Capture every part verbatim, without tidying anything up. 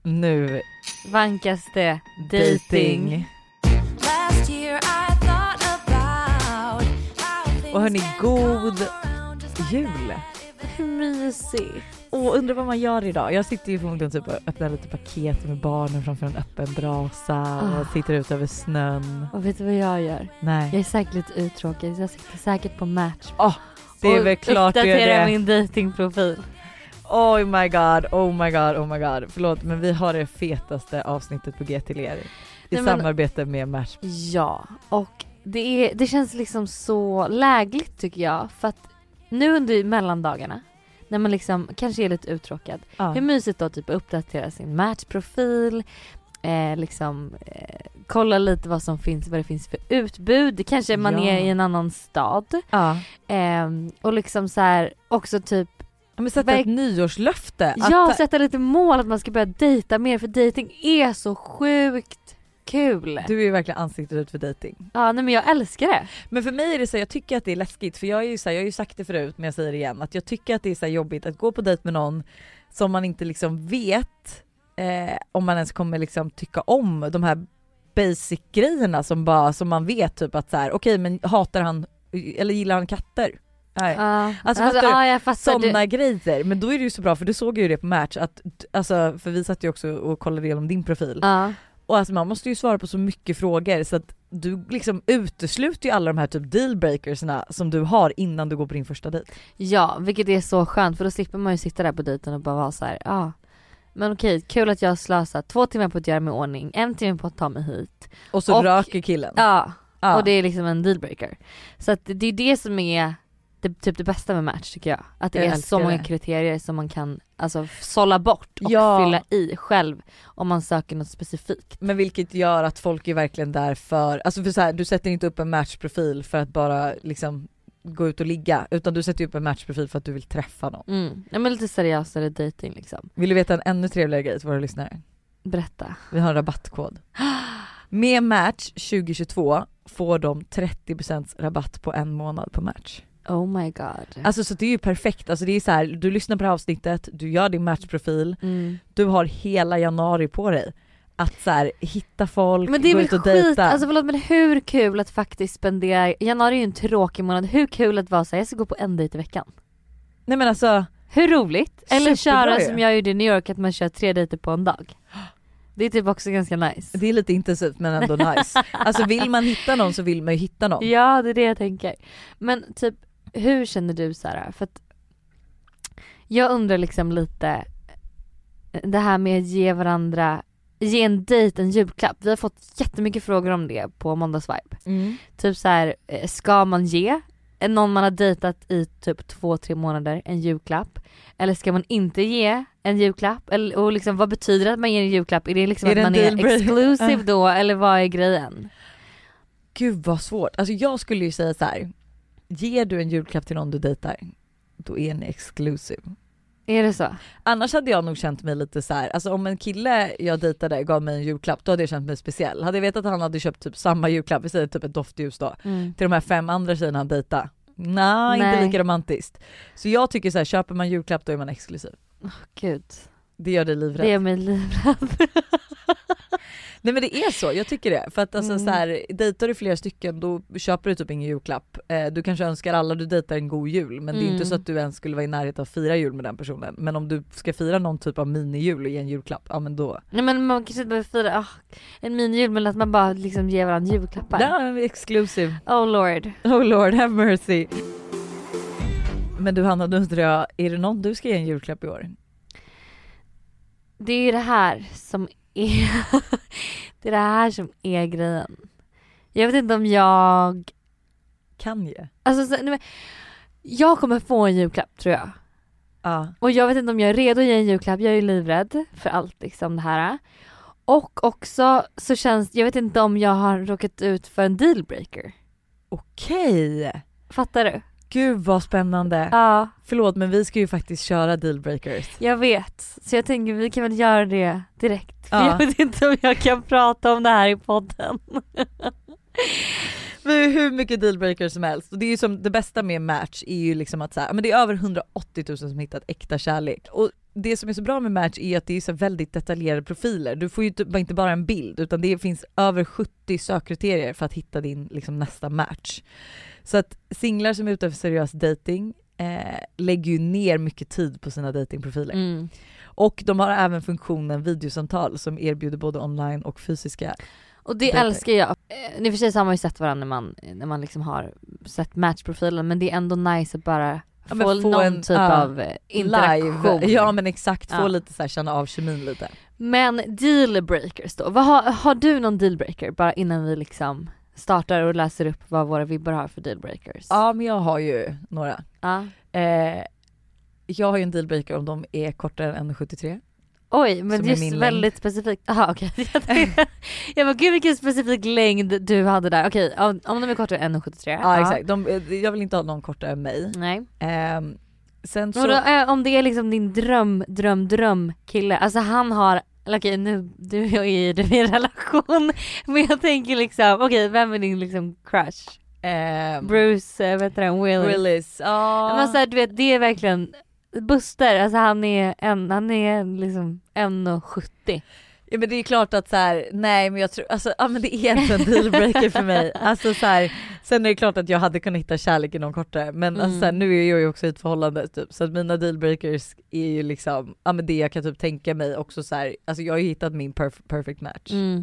Nu vankas det dating. Och hörni, god jul. Hur mysigt. Och undrar vad man gör idag. Jag sitter ju förmodligen typ och öppnar lite paket med barnen framför en öppen brasa och Oh. sitter ut över snön. Och vet du vad jag gör? Nej. Jag är säkert lite uttråkad. Jag sitter säkert på Match. Oh, det är och väl klart du gör uppdatera det. min datingprofil. Oh my god, oh my god, oh my god. Förlåt, men vi har det fetaste avsnittet på G till er. I Nej, men- samarbete med Match. Ja, och det, är, det känns liksom så lägligt tycker jag. För att nu under mellandagarna, när man liksom kanske är lite uttråkad. Ja. Hur mysigt då typ att uppdatera sin matchprofil. Eh, liksom eh, kolla lite vad som finns, vad det finns för utbud. Kanske man Ja. är i en annan stad. Ja. Eh, och liksom så här också typ Men sätta Verk- ett nyårslöfte. ja, att, sätta lite mål att man ska börja dejta mer, för dating är så sjukt kul. Du är ju verkligen ansiktet ut för dating. Ja, nej men jag älskar det. Men för mig är det så, jag tycker att det är läskigt, för jag är ju så här, jag har ju sagt det förut men jag säger det igen, att jag tycker att det är så här jobbigt att gå på dejt med någon som man inte liksom vet eh, om man ens kommer liksom tycka om de här basic grejerna som bara som man vet typ att så här, okej, men hatar han eller gillar han katter? Nej. Ja, Alltså, alltså, fattar du? ja, jag fattar. Sådana Du, grejer, men då är det ju så bra, för du såg ju det på Match att, alltså, för vi satt ju också och kollade igenom din profil. ja. Och alltså man måste ju svara på så mycket frågor så att du liksom utesluter ju alla de här typ dealbreakersna som du har innan du går på din första dejt. Ja, vilket är så skönt, för då slipper man ju sitta där på dejten och bara vara så här, ja. Ah, men okej, kul att jag har slösat två timmar på att göra mig i ordning, en timme på att ta mig hit. Och så Och- röker killen. Ja, Ja. och det är liksom en dealbreaker. Så att det är det som är det, typ det bästa med Match tycker jag. Att det Jag är älskar så många det. kriterier som man kan alltså sålla bort och Ja. fylla i själv om man söker något specifikt. Men vilket gör att folk är verkligen där för, alltså för så här, du sätter inte upp en matchprofil för att bara liksom gå ut och ligga, utan du sätter upp en matchprofil för att du vill träffa någon. Mm. Ja, men lite seriösare dating liksom. Vill du veta en ännu trevligare grej till våra lyssnare? Berätta. Vi har en rabattkod. Med Match tjugo tjugotvå får de trettio procent rabatt på en månad på Match. Oh my god. Alltså så det är ju perfekt, alltså det är så här, du lyssnar på det här avsnittet, du gör din matchprofil, Mm. du har hela januari på dig att så här, hitta folk, Men det är gå väl ut och skit, dejta. alltså förlåt, men hur kul att faktiskt spendera, januari är ju en tråkig månad, hur kul att vara så här, jag ska gå på en dejt i veckan. Nej men alltså, Hur roligt? Eller Superbra köra ju. som jag gjorde i New York, att man kör tre dejter på en dag. Det är typ också ganska nice. det är lite intensivt men ändå nice. Alltså vill man hitta någon så vill man ju hitta någon. Ja, det är det jag tänker. Men typ, hur känner du så här? För att jag undrar liksom lite det här med att ge varandra, ge en dejt en julklapp. Vi har fått jättemycket frågor om det på Måndagsvibe. Mm. Typ så här, eh, ska man ge någon man har dejtat i typ två, tre månader en julklapp? Eller ska man inte ge en julklapp? Eller, och liksom, vad betyder det att man ger en julklapp? Är det liksom Är att det en man är dealbreaker? exclusive då? Eller vad är grejen? Gud vad svårt. Alltså jag skulle ju säga så här: ger du en julklapp till någon du dejtar, då är ni exclusive. Är det så? Annars hade jag nog känt mig lite så här, alltså om en kille jag dejtade gav mig en julklapp, då hade jag känt mig speciell. Hade jag vetat att han hade köpt typ samma julklapp, vi säger typ ett doftljus då, Mm. till de här fem andra tjejerna han dejtade, nej, inte Nej. lika romantiskt. Så jag tycker så här, köper man julklapp då är man exklusiv. Gud, Det gör dig livrädd. det är mig livrädd. Nej men det är så, jag tycker det. För att alltså, Mm. så här, dejtar du flera stycken då köper du typ ingen julklapp. Eh, du kanske önskar alla du dejtar en god jul, men det är Mm. inte så att du ens skulle vara i närheten av att fira jul med den personen. Men om du ska fira någon typ av minijul och ge en julklapp, ja men då. Nej, men man kanske inte behöver fira oh, en minijul, men att man bara liksom ger varandra julklappar. Ja, exclusive. Oh lord. Oh lord, have mercy. Men du Hanna, då undrar jag, är det någon du ska ge en julklapp i år? Det är ju det här som är det är det här som är grejen. Jag vet inte om jag Kan ge. alltså så, nej, men, jag kommer få en julklapp tror jag. Ja. Och jag vet inte om jag är redo att ge en julklapp. Jag är ju livrädd för allt liksom det här. Och också så känns, jag vet inte om jag har råkat ut för en dealbreaker. Okej. Fattar du? Gud vad spännande. Ja, Förlåt, men vi ska ju faktiskt köra dealbreakers. jag vet. Så jag tänker vi kan väl göra det direkt. För Ja. jag vet inte om jag kan prata om det här i podden. Vi har hur mycket dealbreakers som helst. Och det är ju som det bästa med Match är ju liksom att så här, men det är över hundraåttio tusen som hittat äkta kärlek. Och det som är så bra med Match är att det är så väldigt detaljerade profiler. Du får ju typ inte bara en bild utan det finns över sjuttio sökkriterier för att hitta din liksom, nästa match. Så att singlar som är ute efter seriös dating eh, lägger ju ner mycket tid på sina datingprofiler. Mm. Och de har även funktionen videosamtal som erbjuder både online och fysiska. Och det Dejter. älskar jag. Eh, Ni för sig så har man ju sett varandra när man, när man liksom har sett matchprofilen, men det är ändå nice att bara Ja, få, få någon en, typ uh, av interaktion. Live. Ja men exakt, få Ja. lite så här, känna av kemin lite. Men dealbreakers då? Vad har, har du någon dealbreaker bara innan vi liksom startar och läser upp vad våra vibbar har för dealbreakers? Ja men jag har ju några. Ja. Eh, jag har ju en dealbreaker om de är kortare än en komma sjuttiotre. Oj, men Som är just min väldigt specifikt. Jaha okej. Okay. Jag bara gud vilken specifik längd du hade där. Okej, okay, om, om de är kortare än en komma sjuttiotre. Ja, ja. exakt. De, jag vill inte ha någon kortare än mig. Nej. Eh, sen så... Då, äh, om det är liksom din dröm, dröm, dröm kille. Alltså han har, okej okay, nu, du är ju i en relation. Men jag tänker liksom, okej okay, vem är din liksom crush? Eh, Bruce, äh, vet du det, Willis. Willis. Ja. Men så här, du vet, det är verkligen Buster, alltså han är en, han är liksom en komma sjuttio. Ja men det är klart att så här, nej men jag tror, alltså ja men det är inte en dealbreaker för mig. Alltså så här, sen är det klart att jag hade kunnat hitta kärlek i någon kortare, men Mm. alltså så här, nu är jag ju också i ett förhållande typ, så att mina dealbreakers är ju liksom, ja men det jag kan typ tänka mig också så här, alltså jag har ju hittat min perf- perfect match. Mm.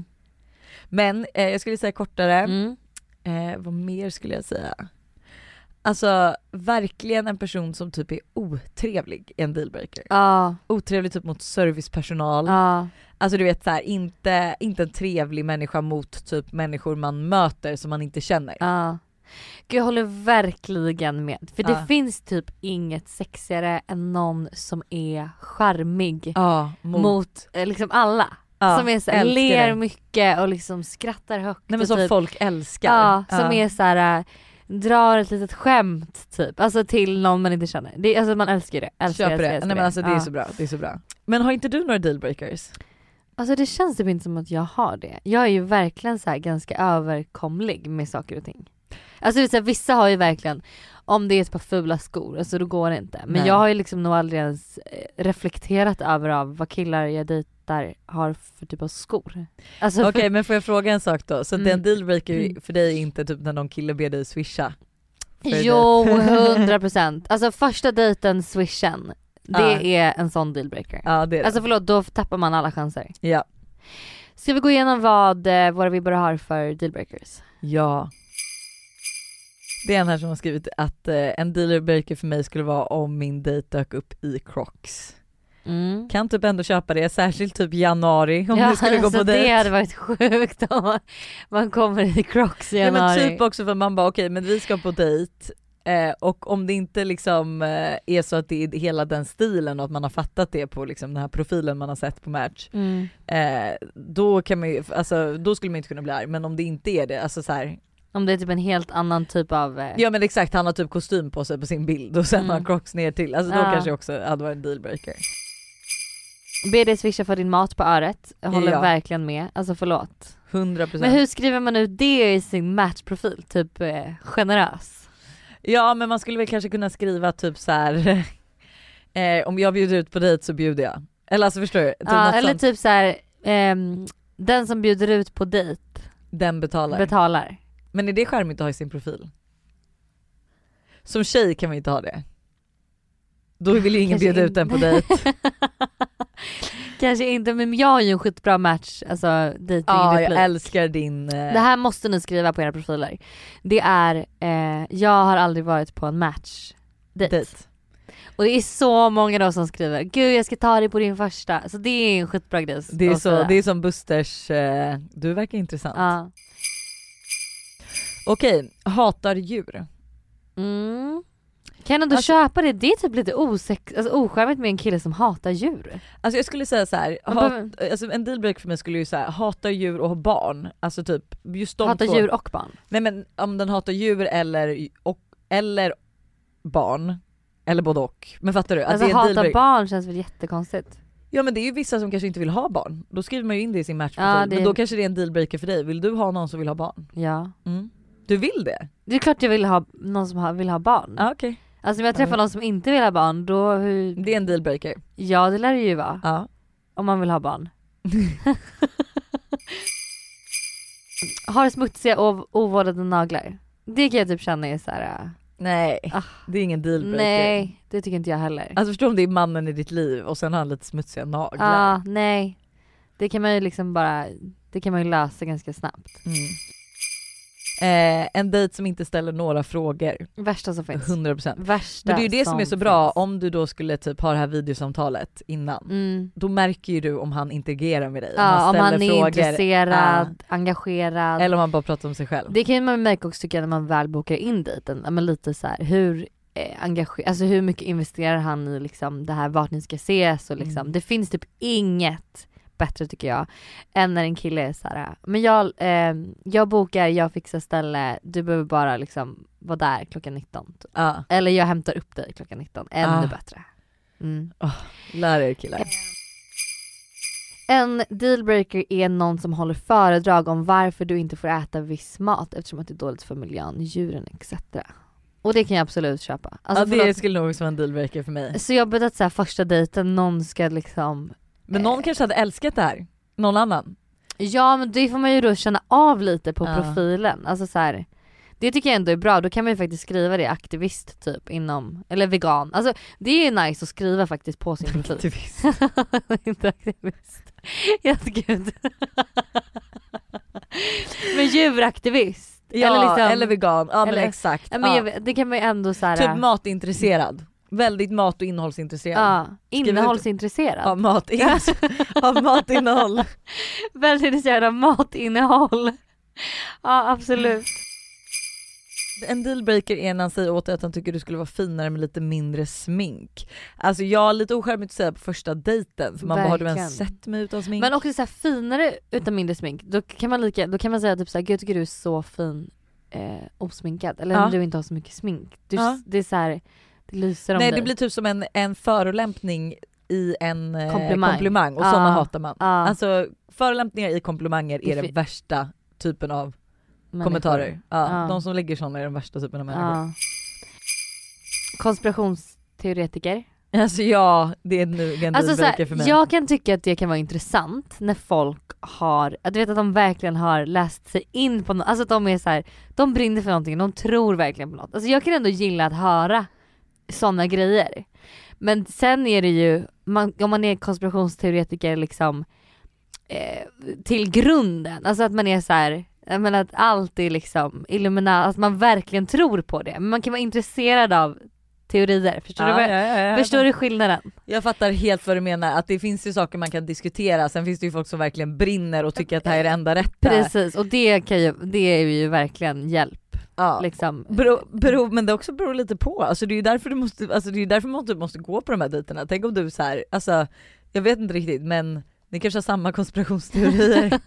Men eh, jag skulle säga kortare, Mm. eh, vad mer skulle jag säga? Alltså verkligen en person som typ är otrevlig är en dealbreaker. Ja, Otrevlig typ mot servicepersonal. ja. Alltså du vet så här, inte, inte en trevlig människa mot typ människor man möter som man inte känner. Ja. Gud, jag håller verkligen med. För det Ja. finns typ inget sexigare än någon som är charmig Ja, mot, mot, eh, liksom alla. ja, som är så här, älskar ler det. mycket och liksom skrattar högt. Nej men och som typ, folk älskar. ja, som är så här, äh, drar ett litet skämt typ. Alltså till någon man inte känner. Det, alltså man älskar det. Älskar, Köper älskar, det. älskar Nej men alltså det är Ja. så bra, det är så bra. Men har inte du några dealbreakers? Alltså det känns typ inte som att jag har det. Jag är ju verkligen så här ganska överkomlig med saker och ting. Alltså det är så här, vissa har ju verkligen, om det är ett par fula skor, alltså då går det inte. Men Nej. jag har ju liksom nog aldrig ens eh, reflekterat över av vad killar jag dejtar har för typ av skor. Alltså Okej för- men får jag fråga en sak då? Så att Mm. det är en dealbreaker Mm. för dig är inte typ när någon kille ber dig swisha? För Jo, det. hundra procent. Alltså första dejten swishen, det Ja. är en sån dealbreaker. Ja det är det. Alltså förlåt, då tappar man alla chanser. ja. Ska vi gå igenom vad eh, våra vibbar har för dealbreakers? Ja. Det är en här som har skrivit att eh, en dealbreaker för mig skulle vara om min dejt dök upp i Crocs. Mm. Kan typ ändå köpa det, särskilt typ januari om ja, du skulle gå alltså på dejt. det hade varit sjukt om man, man kommer i Crocs i Ja, januari. men typ också för man bara okej okay, men vi ska på dejt eh, och om det inte liksom eh, är så att det är hela den stilen och att man har fattat det på liksom den här profilen man har sett på Match, Mm. eh, då kan man ju, alltså då skulle man inte kunna bli arg, men om det inte är det, alltså så här, Om det är typ en helt annan typ av... Eh... ja men exakt, han har typ kostym på sig på sin bild och sen Mm. har Crocs ner till, alltså då Ja. kanske också hade varit en dealbreaker. Be dig swisha för din mat på öret. Jag håller Ja. verkligen med. Alltså förlåt. hundra procent. Men hur skriver man ut det i sin matchprofil? Typ eh, generös. Ja men man skulle väl kanske kunna skriva typ så här eh, om jag bjuder ut på dejt så bjuder jag. Eller alltså förstår du? Typ Ja, något eller sånt. typ så här, ehm, den som bjuder ut på dejt Den betalar. betalar. Men är det charmigt att ha i sin profil? Som tjej kan man inte ha det. Då vill ju ingen Kanske bjuda ut inte. den på dejt. Kanske inte, men jag har ju en skitbra match, alltså dating Ja, jag replik. älskar din... Eh... Det här måste ni skriva på era profiler. Det är, eh, jag har aldrig varit på en match dejt. dejt. Och det är så många då som skriver, gud jag ska ta dig på din första. Så det är en skitbra grej. Det är, att så, säga. det är som Busters... Eh... Du verkar intressant. Ja. Okej, hatar djur. Mm. Kan ändå Alltså- köpa det? Det är typ lite osex, alltså ocharmigt med en kille som hatar djur. Alltså jag skulle säga så här, Man hat, behöver- alltså en dealbreaker för mig skulle ju säga hatar djur och ha barn. Alltså typ just de Hatar två. djur och barn. Nej men om den hatar djur eller, och, eller barn. Eller både och. Men fattar du? Att Alltså det är en hata dealbreaker. barn känns väl jättekonstigt. Ja men det är ju vissa som kanske inte vill ha barn. Då skriver man ju in det i sin matchprofil. Ja, det- Men då kanske det är en dealbreaker för dig. Vill du ha någon som vill ha barn? Ja. Mm. Du vill det? Det är klart jag vill ha någon som ha- vill ha barn. Ja okej. Alltså om jag träffar Mm. någon som inte vill ha barn, då hur... Det är en dealbreaker. Ja, det lär det ju vara. Ja. Om man vill ha barn. Har smutsiga och ovårdade naglar. Det kan jag typ känna är så här. äh, Nej, Ah. det är ingen dealbreaker. Nej, det tycker inte jag heller. Alltså förstå om det är mannen i ditt liv och sen har han lite smutsiga naglar. ah, nej. Det kan man ju liksom bara, det kan man ju lösa ganska snabbt. Mm. Eh, en dejt som inte ställer några frågor. Värsta som finns. hundra procent. Värsta Men det är ju det som är så bra, finns. om du då skulle typ ha det här videosamtalet innan. Mm. Då märker ju du om han interagerar med dig. Ja, om han är frågor. intresserad, engagerad. Eller om han bara pratar om sig själv. Det kan man märka också tycker jag, när man väl bokar in dejten. Ja, men lite så här, hur eh, engager- alltså hur mycket investerar han i liksom det här vart ni ska ses och liksom. Mm. Det finns typ inget bättre tycker jag än när en kille är så här, men jag, eh, jag bokar, jag fixar ställe, du behöver bara liksom vara där klockan nitton. Ja. Eller jag hämtar upp dig klockan nitton, ännu Ah. bättre. Mm. Lär er killar. En dealbreaker är någon som håller föredrag om varför du inte får äta viss mat eftersom att det är dåligt för miljön, djuren et cetera. Och det kan jag absolut köpa. Alltså Ja, det förlåt. skulle nog också vara en dealbreaker för mig. Så jobbigt att så här, första dejten någon ska liksom... Men någon Eh. kanske hade älskat det här. Någon annan. Ja, men det får man ju då känna av lite på Ja. profilen. Alltså så här, det tycker jag ändå är bra. Då kan man ju faktiskt skriva det, aktivist typ inom, eller vegan. Alltså det är ju nice att skriva faktiskt på sin profil. Aktivist. Inte aktivist. Ja, gud. Men djuraktivist. Ja, eller, eller, liksom, vegan. Ja, men eller- exakt. ja, men Ja. jag vet, det kan man ju ändå så här. Typ matintresserad. Väldigt mat- och innehållsintresserad. Ja, ut- innehållsintresserad. Av, mat av matinnehåll. Väldigt intresserad av matinnehåll. Ja, absolut. En dealbreaker är när han säger åt dig att han tycker du skulle vara finare med lite mindre smink. Alltså jag är lite ocharmigt att säga på första dejten, för man bara, har du ens Verkligen. sett mig utan smink? Men också så här finare utan mindre smink. Då kan man lika, då kan man säga typ så här, gud jag tycker du är så fin eh, osminkad. Eller Ja. om du inte har så mycket smink. Du, Ja. Det är så här, det lyser om Nej, dig. det blir typ som en, en förolämpning i en eh, Komplimang. komplimang och Ja. sådana hatar man. Ja. Alltså förolämpningar i komplimanger Det är den fin- värsta typen av Människor. kommentarer. Ja, Ja. De som lägger sådana är den värsta typen av människor. Ja. Konspirationsteoretiker. Alltså ja, det är nu en Alltså så dealbreaker här, för mig. jag kan tycka att det kan vara intressant när folk har, att du vet att de verkligen har läst sig in på något, alltså att de är så här, de brinner för någonting, de tror verkligen på något. Alltså jag kan ändå gilla att höra sådana grejer. Men sen är det ju, man, om man är konspirationsteoretiker liksom eh, till grunden, alltså att man är så här, jag menar att allt är liksom Illuminati, att man verkligen tror på det. Men man kan vara intresserad av teorier, förstår Ja, du vad ja, ja, ja. Förstår du skillnaden? Jag fattar helt vad du menar, att det finns ju saker man kan diskutera, sen finns det ju folk som verkligen brinner och tycker att det här är det enda rätta. Precis, och det, kan ju, det är ju verkligen hjälp. Ja. Liksom. Bero, bero, men det också beror lite på, alltså det är ju därför du måste, alltså det är ju därför man typ måste gå på de här dejterna. Tänk om du så här, alltså jag vet inte riktigt, men ni kanske har samma konspirationsteorier.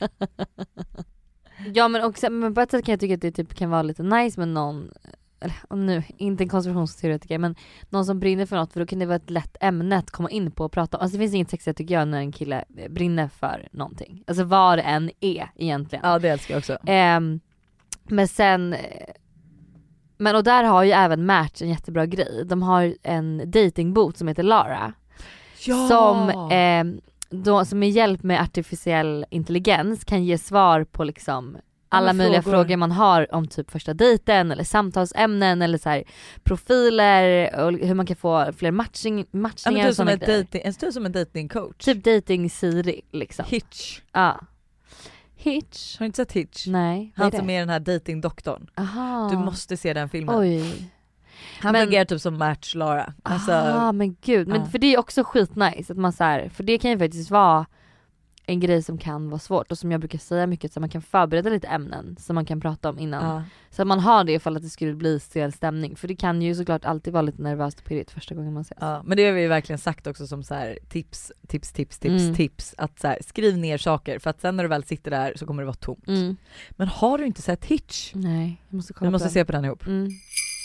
Ja, men också, men på ett sätt kan jag tycka att det typ kan vara lite nice med någon, eller och nu, inte en konspirationsteoretiker, men någon som brinner för något, för då kan det vara ett lätt ämne att komma in på och prata om. Alltså det finns inget sexigt tycker jag när en kille brinner för någonting. Alltså vad det än är egentligen. Ja, det älskar jag också. Ehm, men sen, men och där har ju även Match en jättebra grej. De har en datingbot som heter Lara. Ja! Som, eh, då, som med hjälp med artificiell intelligens kan ge svar på liksom alla men möjliga frågor. frågor man har om typ första dejten eller samtalsämnen eller så här profiler och hur man kan få fler matching, Ja, men matchningar du och som såna en grejer. dating, en stor som en datingcoach. Typ dating Siri liksom. Hitch. Ja. Hitch? Har du inte sett Hitch? Nej. vad Han är det? som är den här datingdoktorn. Aha. Du måste se den filmen. Oj. Han Men- fungerar typ som Match Lara. Alltså, ah, men gud. Men ja. för det är också skitnice att man så här, för det kan ju faktiskt vara en grej som kan vara svårt och som jag brukar säga mycket, så man kan förbereda lite ämnen som man kan prata om innan. ja. Så att man har det ifall att det skulle bli stel stämning. För det kan ju såklart alltid vara lite nervöst och pirrigt första gången man ses. Ja, men det har vi ju verkligen sagt också som så här tips, tips, tips, tips, Mm. tips. Att så här, skriv ner saker, för att sen när du väl sitter där så kommer det vara tomt. Mm. Men har du inte sett Hitch? Nej, jag måste kolla Vi måste på se på den ihop. den. Mm.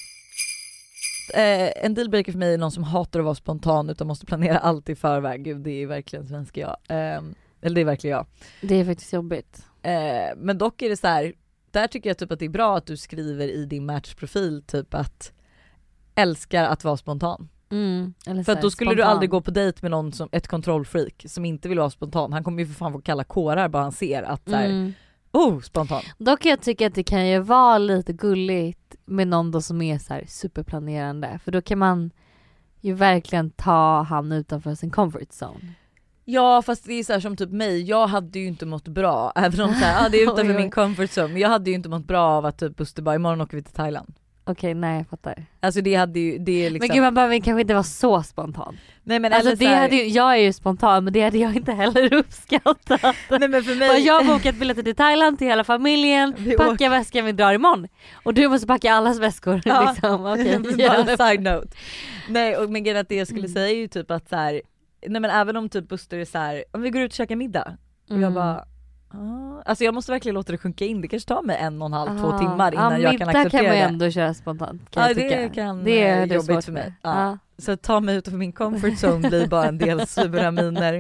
Eh, en dealbreaker för mig är någon som hatar att vara spontan utan måste planera allt i förväg. Gud, det är verkligen svenska jag. Eh, eller det är verkligen jag. Det är faktiskt jobbigt. Eh, men dock är det så här, där tycker jag typ att det är bra att du skriver i din matchprofil typ att älskar att vara spontan. Mm, eller för att då skulle spontan. du aldrig gå på dejt med någon som ett kontrollfreak som inte vill vara spontan. Han kommer ju för fan få kalla kårar bara han ser att så här, mm. oh, spontan. Dock jag tycker att det kan ju vara lite gulligt med någon då som är så här superplanerande. För då kan man ju verkligen ta han utanför sin comfort zone. Ja, fast det är så här som typ mig, jag hade ju inte mått bra, även om så här, ah, det är utanför oj, oj. min comfort zone, men jag hade ju inte mått bra av att typ Buster bara, imorgon åker vi till Thailand. Okej, nej jag fattar. Alltså det hade ju, det är liksom... Men gud, man behöver kanske inte vara så spontan. Nej, men alltså eller det så här... hade ju, jag är ju spontan men det hade jag inte heller uppskattat. Nej, men för mig... Jag har bokat biljetter till Thailand till hela familjen, Vi packa åker... väskan, vi drar imorgon. Och du måste packa allas väskor. Ja. Liksom. Okay, bara side note. Nej, och men grejen att det jag skulle mm. säga är ju typ att så här, nej men även om typ Buster är så här, om vi går ut och käkar middag och mm. jag bara ah. Alltså jag måste verkligen låta det sjunka in, det kanske tar mig en och en halv, ah. två timmar innan ah, jag kan acceptera det. Middag kan man ju ändå köra spontant kan ja, jag tycka. Det kan det är det det jobbigt svårt för mig. Ja. Ja. Så ta mig utanför min comfort zone blir bara en del sura miner.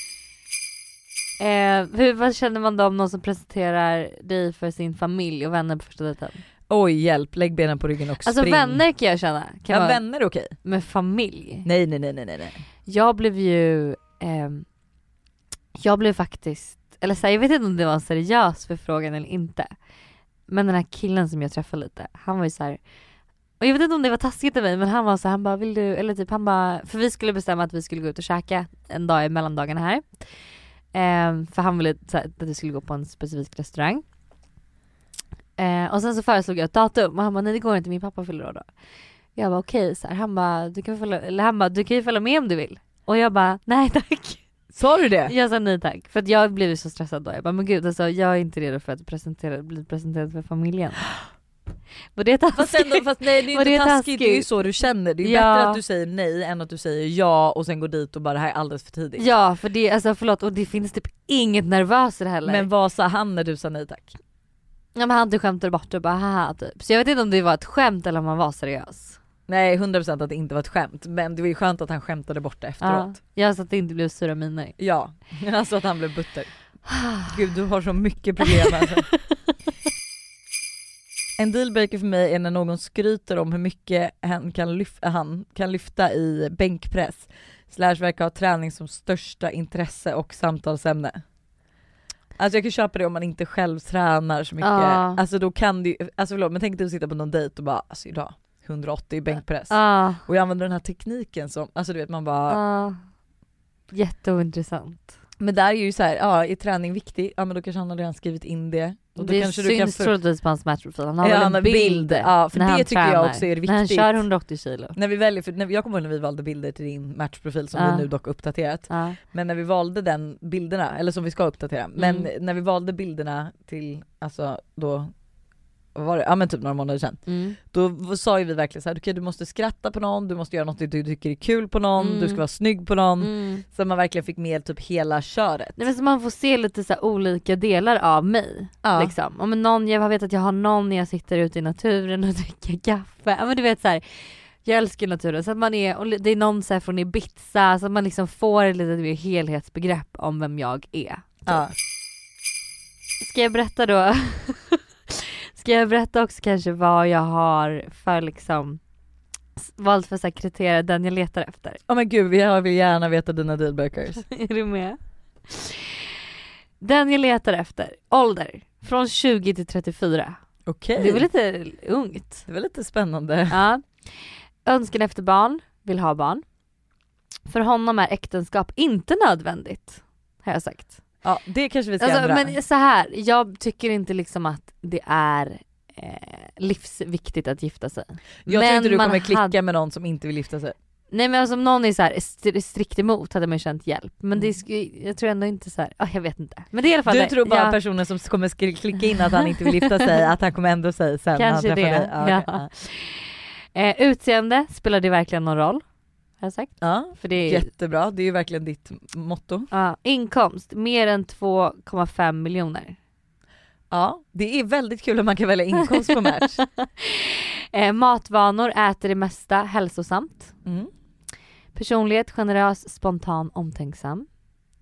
Eh, hur, vad känner man då om någon som presenterar dig för sin familj och vänner på första dejten? Oj, hjälp, lägg benen på ryggen och Alltså spring. vänner kan jag känna. Kan ja, vara, vänner är okej. med familj. Nej, nej, nej, nej, nej. Jag blev ju eh, jag blev faktiskt, eller så här, jag vet inte om det var en seriös förfrågan eller inte. Men den här killen som jag träffade lite, han var ju så här, och jag vet inte om det var taskigt av mig, men han var så här, han bara, vill du, eller typ han bara, för vi skulle bestämma att vi skulle gå ut och käka en dag i mellandagarna här. Eh, för han ville så här, att vi skulle gå på en specifik restaurang. Eh, och sen så föreslog jag ett datum och han bara, nej det går inte, min pappa fyller år då. Jag bara okej, okay, så här, han bara, du kan följa, eller han bara, du kan ju följa med om du vill. Och jag bara, nej tack. Sa du det? Jag sa nej tack, för att jag blev så stressad då. Jag bara, men gud alltså, jag är inte redo för att presentera, bli presenterad för familjen. Var det taskigt? Fast, ändå, fast nej, det är Var inte det taskigt, taskigt? det är ju så du känner. Det är Ja. bättre att du säger nej än att du säger ja och sen går dit och bara det här är alldeles för tidigt. Ja, för det, alltså förlåt, och det finns typ inget nervöst heller. Men vad sa han när du sa nej tack? Ja, men han typ skämtade bort och bara haha typ. Så jag vet inte om det var ett skämt eller om han var seriös. Nej, hundra procent att det inte var ett skämt. Men det var ju skönt att han skämtade bort det efteråt. Ja, jag så att det inte blev sura miner. Ja, alltså att han blev butter. Gud, du har så mycket problem alltså. En dealbreaker för mig är när någon skryter om hur mycket han kan lyfta, han kan lyfta i bänkpress. Slash verkar ha träning som största intresse och samtalsämne. Alltså jag kan köpa det om man inte själv tränar så mycket. Ja. Alltså då kan du, alltså förlåt, men tänk dig att sitta på någon dejt och bara, alltså idag hundraåttio i bänkpress. Ja. Och jag använder den här tekniken som, alltså du vet man bara... Ja. Jätteointressant. Men där är ju så här, ja, är träning viktig? Ja men då kanske han har redan skrivit in det. Och då det kanske syns du kan för... troligtvis på hans matchprofil. Han har Ja, väl han en har bild, bild. Ja, för när det han tycker jag tränar. också är När han viktigt. kör hundraåttio kilo. När vi väljer, för när, jag kommer ihåg när vi valde bilder till din matchprofil som Ja. vi nu dock uppdaterat. Ja. Men när vi valde den bilderna, eller som vi ska uppdatera, men Mm. när vi valde bilderna till, alltså då, vad var det? Ja men typ några månader sedan. Mm. Då sa ju vi verkligen så här, okej, du måste skratta på någon, du måste göra något du tycker är kul på någon, Mm. du ska vara snygg på någon. Mm. Så man verkligen fick med typ hela köret. Nej, men så man får se lite så här olika delar av mig. Ja. Liksom. Om någon, jag vet att jag har någon när jag sitter ute i naturen och dricker kaffe. Ja, men du vet så här, jag älskar naturen. Så att man är, och det är någon så här från Ibiza, så att man liksom får ett lite mer helhetsbegrepp om vem jag är. Typ. Ja. Ska jag berätta då? Ska jag berätta också kanske vad jag har för liksom valt för så här kriterier, den jag letar efter? Ja men gud, jag vill gärna veta dina dealbreakers. Är du med? Den jag letar efter, ålder från tjugo till trettiofyra. Okej. Det är väl lite ungt. Det var lite spännande. Ja. Önskan efter barn, vill ha barn. För honom är äktenskap inte nödvändigt, har jag sagt. Ja, det kanske vi ska Alltså, ändra. men så här, jag tycker inte liksom att det är eh, livsviktigt att gifta sig. Jag men tror inte du man kommer klicka hade- med någon som inte vill gifta sig. Nej men alltså om någon är så här st- strikt emot hade man känt hjälp. Men det Mm. sk- jag tror ändå inte så här, ah, jag vet inte. Men det är i alla fall Du det. tror bara Ja, personen som kommer skri- klicka in att han inte vill gifta sig, att han kommer ändå säga sen Kanske när han träffar det, dig. Ja, okej. ja. eh, utseende, spelar det verkligen någon roll? Har jag sagt. Ja, För det är, jättebra. Det är ju verkligen ditt motto. ja, inkomst, mer än två komma fem miljoner. Ja, det är väldigt kul att man kan välja inkomst på Match. Eh, matvanor, äter det mesta, hälsosamt. Mm. Personlighet, generös, spontan, omtänksam.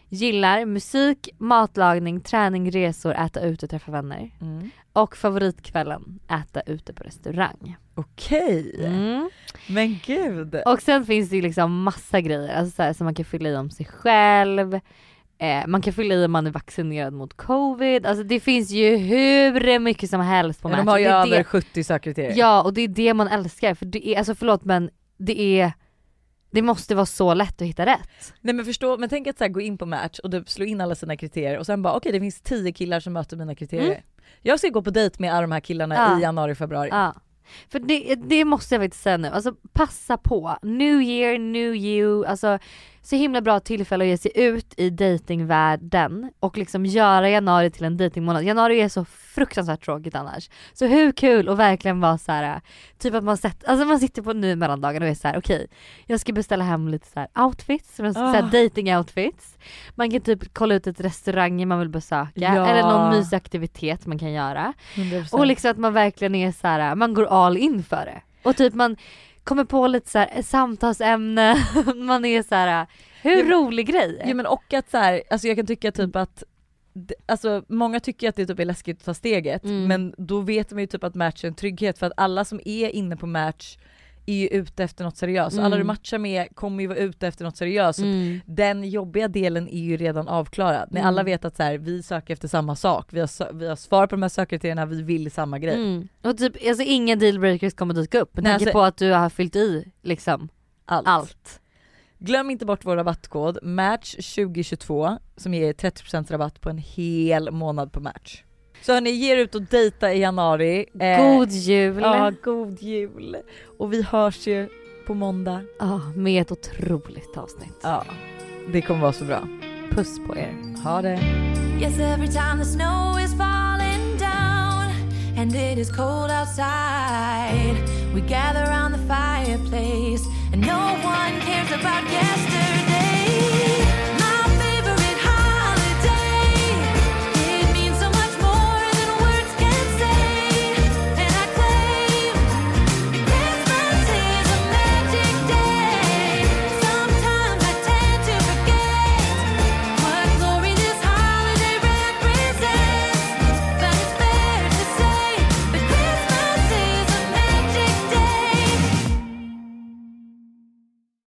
gillar musik, matlagning, träning, resor, äta ute och träffa vänner. Mm. Och favoritkvällen, äta ute på restaurang. Okej. Mm. Men gud. Och sen finns det ju liksom massa grejer alltså så här, som man kan fylla i om sig själv. Eh, man kan fylla i om man är vaccinerad mot covid. Alltså det finns ju hur mycket som helst på Match. De har ju det över det... sjuttio sökkriterier. Ja, och det är det man älskar. För det är, alltså förlåt men det är det måste vara så lätt att hitta rätt. Nej men förstå, men tänk att så här, gå in på Match och du slå in alla sina kriterier och sen bara okej, okay, det finns tio killar som möter mina kriterier. Mm. Jag ska gå på dejt med alla de här killarna ja. i januari, februari. Ja. För det, det måste jag faktiskt säga nu. Alltså passa på. New year, new you. Alltså så himla bra tillfälle att ge sig ut i datingvärlden och liksom göra januari till en datingmånad. Januari är så fruktansvärt tråkigt annars. Så hur kul att verkligen vara så här, typ att man sett, alltså man sitter på nu mellandagen och är så här: okej, okay, jag ska beställa hem lite så här outfits, oh. så här dating outfits. Man kan typ kolla ut ett restaurang man vill besöka ja. eller någon mysig aktivitet man kan göra. hundra procent. Och liksom att man verkligen är så här, man går all in för det. Och typ man kommer på lite så här samtalsämne. Man är så här, hur ja, rolig grej. Ja men och att så här, alltså jag kan tycka typ att alltså många tycker att det typ är läskigt att ta steget mm. men då vet man ju typ att Match är en trygghet för att alla som är inne på Match är ju ute efter något seriöst. Mm. Alla du matchar med kommer ju vara ute efter något seriöst. Mm. Den jobbiga delen är ju redan avklarad. När mm. alla vet att så här, vi söker efter samma sak. Vi har, vi har svar på de här sökkriterierna, vi vill samma grej. Mm. Och typ, alltså inga dealbreakers kommer dyka upp. Med tanke alltså, på att du har fyllt i liksom allt. allt. Glöm inte bort vår rabattkod Match tjugo tjugotvå som ger trettio procent rabatt på en hel månad på Match. Så hörni, ger ut och dejta i januari. God jul. Ja, god jul. Och vi hörs ju på måndag. Ja, med ett otroligt avsnitt. Ja, det kommer vara så bra. Puss på er. Ha det. Yes, every time the snow is falling down and it is cold outside, we gather around the fireplace and no one cares about yesterday.